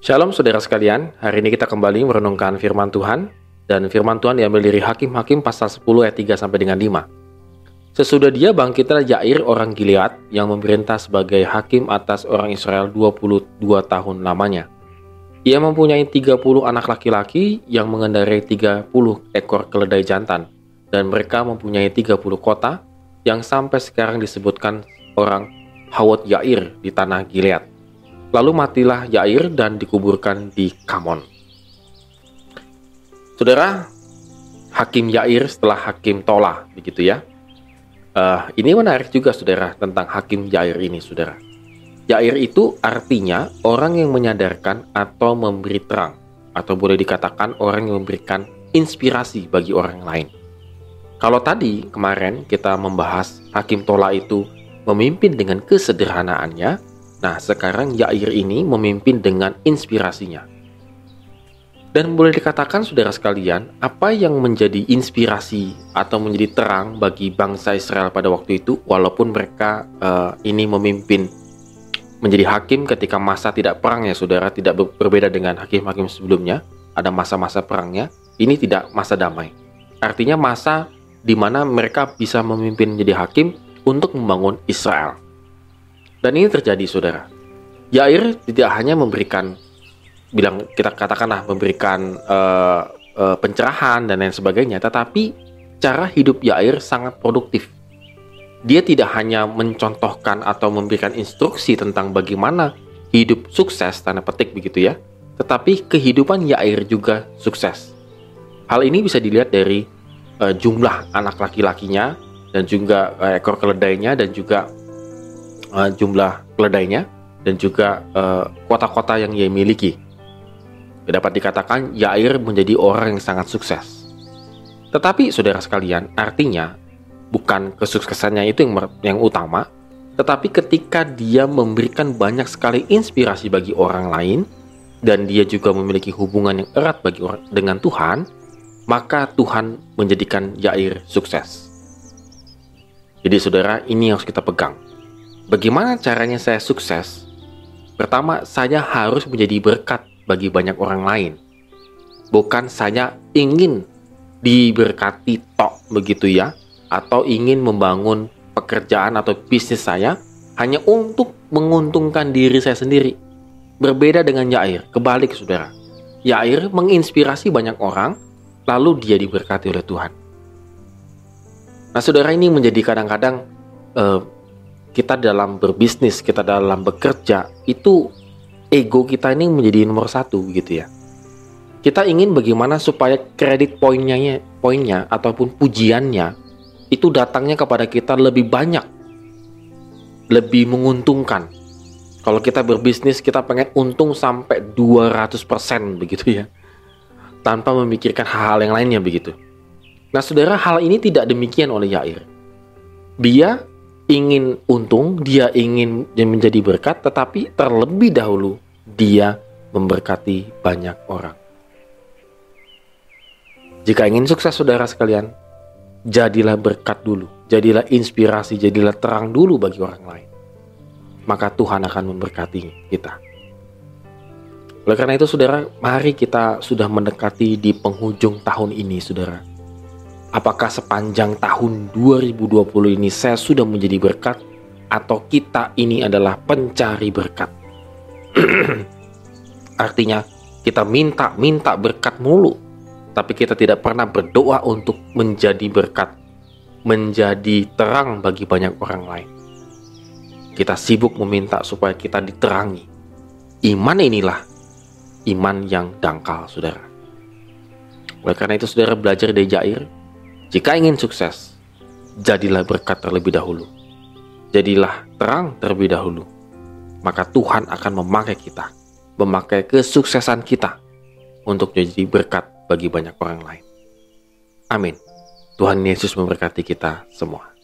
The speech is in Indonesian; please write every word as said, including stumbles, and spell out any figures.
Shalom saudara sekalian, hari ini kita kembali merenungkan firman Tuhan, dan firman Tuhan diambil dari Hakim-Hakim pasal sepuluh ayat tiga sampai dengan lima. Sesudah dia bangkitlah Yair orang Gilead yang memerintah sebagai hakim atas orang Israel dua puluh dua tahun lamanya. Ia mempunyai tiga puluh anak laki-laki yang mengendarai tiga puluh ekor keledai jantan, dan mereka mempunyai tiga puluh kota yang sampai sekarang disebutkan orang Hawot Yair di tanah Gilead. Lalu matilah Yair dan dikuburkan di Kamon. Saudara, Hakim Yair setelah Hakim Tola, begitu ya. Uh, ini menarik juga saudara tentang Hakim Yair ini saudara. Yair itu artinya orang yang menyadarkan atau memberi terang, atau boleh dikatakan orang yang memberikan inspirasi bagi orang lain. Kalau tadi kemarin kita membahas Hakim Tola itu memimpin dengan kesederhanaannya, nah sekarang Yair ini memimpin dengan inspirasinya. Dan boleh dikatakan saudara sekalian, apa yang menjadi inspirasi atau menjadi terang bagi bangsa Israel pada waktu itu, walaupun mereka uh, ini memimpin menjadi hakim ketika masa tidak perang ya saudara, tidak berbeda dengan hakim-hakim sebelumnya, ada masa-masa perangnya, ini tidak masa damai. Artinya masa di mana mereka bisa memimpin menjadi hakim untuk membangun Israel. Dan ini terjadi saudara. Yair tidak hanya memberikan, bilang kita katakanlah memberikan uh, uh, pencerahan dan lain sebagainya, tetapi cara hidup Yair sangat produktif. Dia tidak hanya mencontohkan atau memberikan instruksi tentang bagaimana hidup sukses, tanda petik begitu ya, tetapi kehidupan Yair juga sukses. Hal ini bisa dilihat dari uh, jumlah anak laki-lakinya dan juga uh, ekor keledainya dan juga uh, jumlah keledainya dan juga uh, kota-kota yang ia miliki. Dapat dikatakan Yair menjadi orang yang sangat sukses. Tetapi saudara sekalian, artinya bukan kesuksesannya itu yang, yang utama, tetapi ketika dia memberikan banyak sekali inspirasi bagi orang lain dan dia juga memiliki hubungan yang erat bagi orang dengan Tuhan, maka Tuhan menjadikan Yair sukses. Jadi saudara, ini yang harus kita pegang. Bagaimana caranya saya sukses? Pertama, saya harus menjadi berkat bagi banyak orang lain. Bukan saya ingin diberkati tok begitu ya, atau ingin membangun pekerjaan atau bisnis saya hanya untuk menguntungkan diri saya sendiri. Berbeda dengan Yair, kebalik saudara. Yair menginspirasi banyak orang, lalu dia diberkati oleh Tuhan. Nah saudara, ini menjadi kadang-kadang uh, kita dalam berbisnis, kita dalam bekerja, itu ego kita ini menjadi nomor satu gitu ya. Kita ingin bagaimana supaya kredit poinnya, poinnya ataupun pujiannya itu datangnya kepada kita lebih banyak, lebih menguntungkan. Kalau kita berbisnis, kita pengen untung sampai dua ratus persen begitu ya, tanpa memikirkan hal-hal yang lainnya begitu. Nah saudara, hal ini tidak demikian oleh Yair. Dia ingin untung, dia ingin menjadi berkat, tetapi terlebih dahulu dia memberkati banyak orang. Jika ingin sukses saudara sekalian, jadilah berkat dulu, jadilah inspirasi, jadilah terang dulu bagi orang lain. Maka Tuhan akan memberkati kita. Oleh karena itu saudara, mari kita sudah mendekati di penghujung tahun ini saudara. Apakah sepanjang tahun dua ribu dua puluh ini saya sudah menjadi berkat, atau kita ini adalah pencari berkat? Artinya kita minta-minta berkat mulu, tapi kita tidak pernah berdoa untuk menjadi berkat, menjadi terang bagi banyak orang lain. Kita sibuk meminta supaya kita diterangi. Iman inilah iman yang dangkal saudara. Oleh karena itu saudara, belajar dari Yair. Jika ingin sukses, jadilah berkat terlebih dahulu. Jadilah terang terlebih dahulu. Maka Tuhan akan memakai kita, memakai kesuksesan kita untuk jadi berkat bagi banyak orang lain. Amin. Tuhan Yesus memberkati kita semua.